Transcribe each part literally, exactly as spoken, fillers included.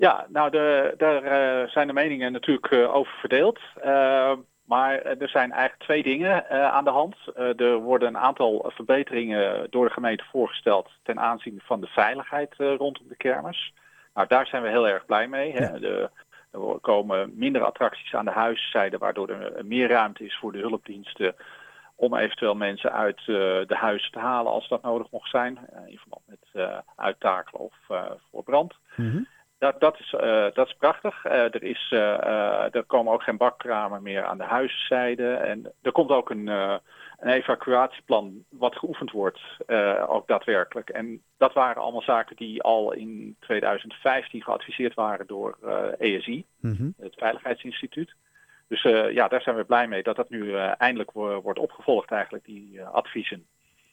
Ja, nou, de, daar uh, zijn de meningen natuurlijk uh, over verdeeld. Uh, maar er zijn eigenlijk twee dingen uh, aan de hand. Uh, er worden een aantal verbeteringen door de gemeente voorgesteld ten aanzien van de veiligheid uh, rondom de kermis. Nou, daar zijn we heel erg blij mee. Hè? Ja. De, er komen minder attracties aan de huiszijde, waardoor er meer ruimte is voor de hulpdiensten om eventueel mensen uit uh, de huizen te halen als dat nodig mocht zijn. Uh, in verband met uh, uittakelen of uh, voor brand. Mm-hmm. Dat, dat, is, uh, dat is prachtig. Uh, er, is, uh, uh, er komen ook geen bakkramen meer aan de huiszijde. En er komt ook een, uh, een evacuatieplan wat geoefend wordt, uh, ook daadwerkelijk. En dat waren allemaal zaken die al in tweeduizend vijftien geadviseerd waren door uh, E S I, Mm-hmm. het Veiligheidsinstituut. Dus uh, ja, daar zijn we blij mee dat dat nu uh, eindelijk wo- wordt opgevolgd eigenlijk, die uh, adviezen.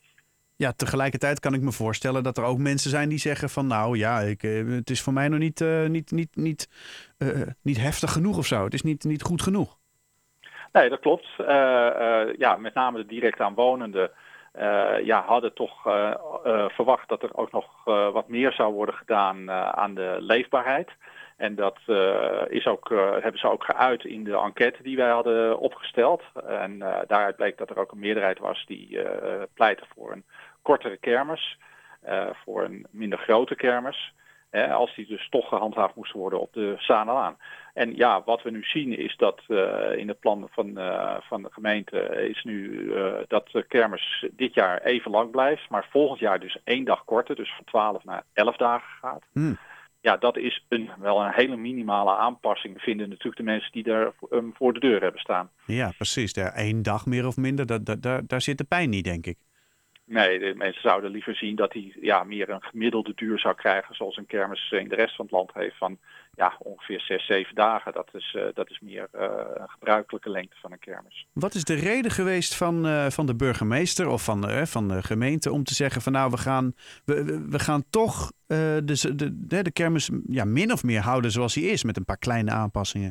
Ja, tegelijkertijd kan ik me voorstellen dat er ook mensen zijn die zeggen van nou ja, ik, het is voor mij nog niet, uh, niet, niet, niet, uh, niet heftig genoeg of zo. Het is niet, niet goed genoeg. Nee, dat klopt. Uh, uh, ja, met name de direct aanwonenden uh, ja, hadden toch uh, uh, verwacht dat er ook nog uh, wat meer zou worden gedaan uh, aan de leefbaarheid. En dat uh, is ook, uh, hebben ze ook geuit in de enquête die wij hadden opgesteld. En uh, daaruit bleek dat er ook een meerderheid was die uh, pleitte voor een kortere kermis, uh, voor een minder grote kermis. Hè, als die dus toch gehandhaafd moesten worden op de Zaanderlaan. En ja, wat we nu zien is dat uh, in het plan van, uh, van de gemeente is nu uh, dat de kermis dit jaar even lang blijft. Maar volgend jaar dus één dag korter, dus van twaalf naar elf dagen gaat. Hmm. Ja, dat is een, wel een hele minimale aanpassing, vinden natuurlijk de mensen die daar um, voor de deur hebben staan. Ja, precies. Ja, één dag meer of minder, dat, dat, daar, daar zit de pijn niet, denk ik. Nee, de mensen zouden liever zien dat hij ja, meer een gemiddelde duur zou krijgen, zoals een kermis in de rest van het land heeft, van ja, ongeveer zes, zeven dagen. Dat is, uh, dat is meer uh, een gebruikelijke lengte van een kermis. Wat is de reden geweest van, uh, van de burgemeester of van, uh, van de gemeente om te zeggen van nou, we gaan, we, we, we gaan toch uh, de, de, de kermis ja, min of meer houden zoals hij is, met een paar kleine aanpassingen?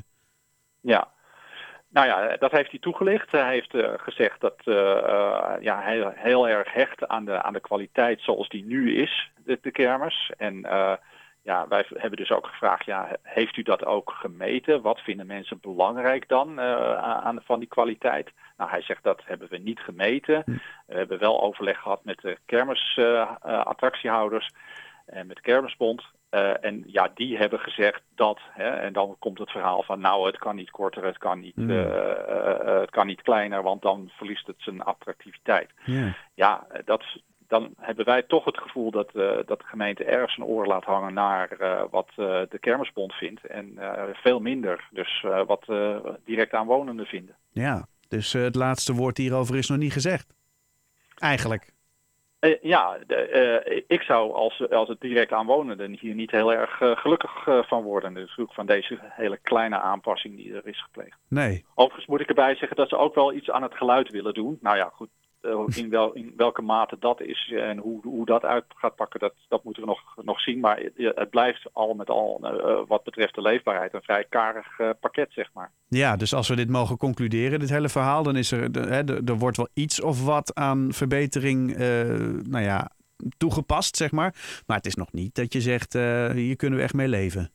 Ja. Nou ja, dat heeft hij toegelicht. Hij heeft uh, gezegd dat uh, uh, ja, hij heel, heel erg hecht aan de, aan de kwaliteit zoals die nu is, de, de kermis. En uh, ja, wij hebben dus ook gevraagd, ja, heeft u dat ook gemeten? Wat vinden mensen belangrijk dan uh, aan, van die kwaliteit? Nou, hij zegt dat hebben we niet gemeten. We hebben wel overleg gehad met de kermisattractiehouders uh, uh, en met de kermisbond. Uh, en ja, die hebben gezegd dat, hè, en dan komt het verhaal van nou, het kan niet korter, het kan niet, mm. uh, uh, het kan niet kleiner, want dan verliest het zijn attractiviteit. Yeah. Ja, dat, dan hebben wij toch het gevoel dat, uh, dat de gemeente ergens een oor laat hangen naar uh, wat uh, de kermisbond vindt en uh, veel minder, dus uh, wat uh, direct aanwonenden vinden. Ja, dus uh, het laatste woord hierover is nog niet gezegd. Eigenlijk. Uh, ja, de, uh, ik zou als, als het direct aanwonenden hier niet heel erg uh, gelukkig uh, van worden. Dus ook van deze hele kleine aanpassing die er is gepleegd. Nee. Overigens moet ik erbij zeggen dat ze ook wel iets aan het geluid willen doen. Nou ja, goed. Uh, in, wel, in welke mate dat is en hoe, hoe dat uit gaat pakken, dat, dat moeten we nog, nog zien. Maar het, het blijft al met al, uh, wat betreft de leefbaarheid, een vrij karig uh, pakket, zeg maar. Ja, dus als we dit mogen concluderen, dit hele verhaal, dan is er, de, hè, de, er wordt wel iets of wat aan verbetering, uh, nou ja, toegepast, zeg maar. Maar het is nog niet dat je zegt, uh, hier kunnen we echt mee leven.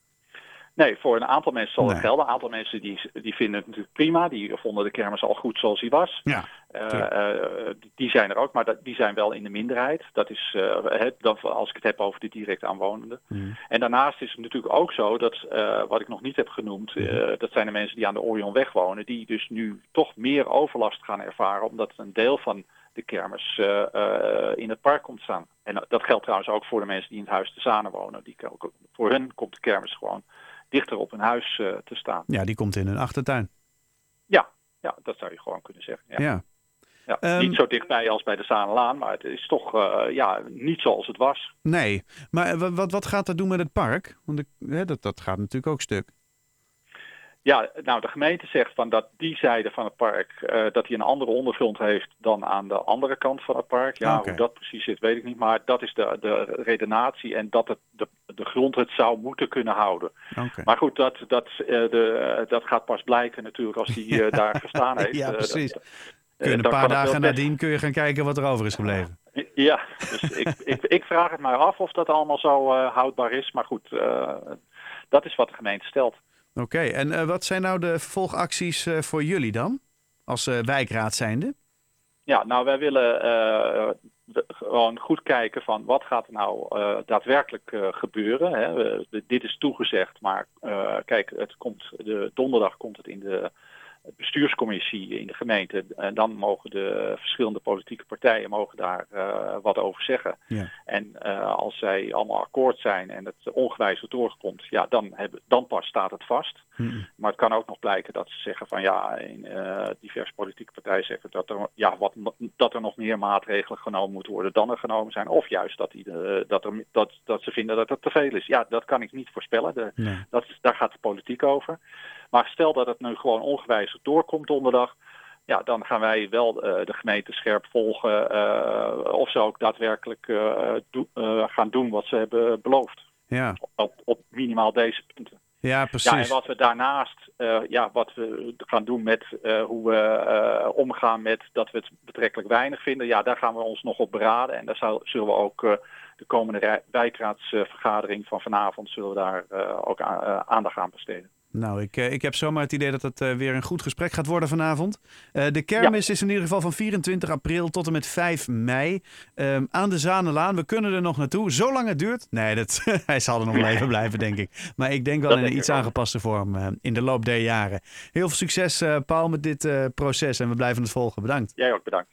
Nee, voor een aantal mensen zal het nee. gelden. Een aantal mensen die, die vinden het natuurlijk prima. Die vonden de kermis al goed zoals hij was. Ja, uh, uh, die zijn er ook, maar dat, die zijn wel in de minderheid. Dat is, uh, het, dat, als ik het heb over de direct aanwonenden. Mm. En daarnaast is het natuurlijk ook zo dat, uh, wat ik nog niet heb genoemd, uh, dat zijn de mensen die aan de Orionweg wonen, die dus nu toch meer overlast gaan ervaren, omdat een deel van de kermis uh, uh, in het park komt staan. En dat geldt trouwens ook voor de mensen die in het Huis te Zanen wonen. Die, voor hen komt de kermis gewoon dichter op hun huis uh, te staan. Ja, die komt in hun achtertuin. Ja, ja, dat zou je gewoon kunnen zeggen. Ja. Ja. Ja, um, niet zo dichtbij als bij de Zaanlaan, maar het is toch uh, ja, niet zoals het was. Nee, maar wat, wat gaat dat doen met het park? Want ik, hè, dat, dat gaat natuurlijk ook stuk. Ja, nou de gemeente zegt van dat die zijde van het park, uh, dat hij een andere ondergrond heeft dan aan de andere kant van het park. Ja, okay. Hoe dat precies zit, weet ik niet. Maar dat is de, de redenatie en dat het, de, de grond het zou moeten kunnen houden. Okay. Maar goed, dat, dat, uh, de, uh, dat gaat pas blijken natuurlijk als hij uh, daar gestaan heeft. Ja, precies. Uh, kun je een paar dagen nadien kun je gaan kijken wat er over is gebleven. Ja, dus ik, ik, ik vraag het maar af of dat allemaal zo uh, houdbaar is. Maar goed, uh, dat is wat de gemeente stelt. Oké, okay. en uh, wat zijn nou de vervolgacties uh, voor jullie dan? Als uh, wijkraad zijnde? Ja, nou wij willen uh, de, gewoon goed kijken van wat gaat er nou uh, daadwerkelijk uh, gebeuren. Hè. We, de, dit is toegezegd, maar uh, kijk, het komt, de, donderdag komt het in de bestuurscommissie in de gemeente. En dan mogen de verschillende politieke partijen mogen daar uh, wat over zeggen. Ja. En uh, als zij allemaal akkoord zijn en het ongewijzigd doorkomt, ja, dan, hebben, dan pas staat het vast. Mm-hmm. Maar het kan ook nog blijken dat ze zeggen van ja, in, uh, diverse politieke partijen zeggen dat er, ja, wat, dat er nog meer maatregelen genomen moeten worden dan er genomen zijn. Of juist dat, die, uh, dat, er, dat, dat ze vinden dat het te veel is. Ja, dat kan ik niet voorspellen. De, nee. dat, daar gaat de politiek over. Maar stel dat het nu gewoon ongewijzigd doorkomt donderdag, ja, dan gaan wij wel uh, de gemeente scherp volgen uh, of ze ook daadwerkelijk uh, do, uh, gaan doen wat ze hebben beloofd. Ja. Op, op minimaal deze punten. Ja, precies. Ja, en wat we daarnaast, uh, ja, wat we gaan doen met uh, hoe we uh, omgaan met dat we het betrekkelijk weinig vinden, ja, daar gaan we ons nog op beraden. En daar zou, zullen we ook uh, de komende wijkraadsvergadering van vanavond zullen we daar uh, ook a- uh, aandacht aan besteden. Nou, ik, ik heb zomaar het idee dat het uh, weer een goed gesprek gaat worden vanavond. Uh, de kermis ja. is in ieder geval van vierentwintig april tot en met vijf mei um, aan de Zanelaan. We kunnen er nog naartoe. Zolang het duurt. Nee, dat, hij zal er nog wel even blijven, denk ik. Maar ik denk wel dat in een iets aangepaste vorm uh, in de loop der jaren. Heel veel succes, uh, Paul, met dit uh, proces. En we blijven het volgen. Bedankt. Jij ook, bedankt.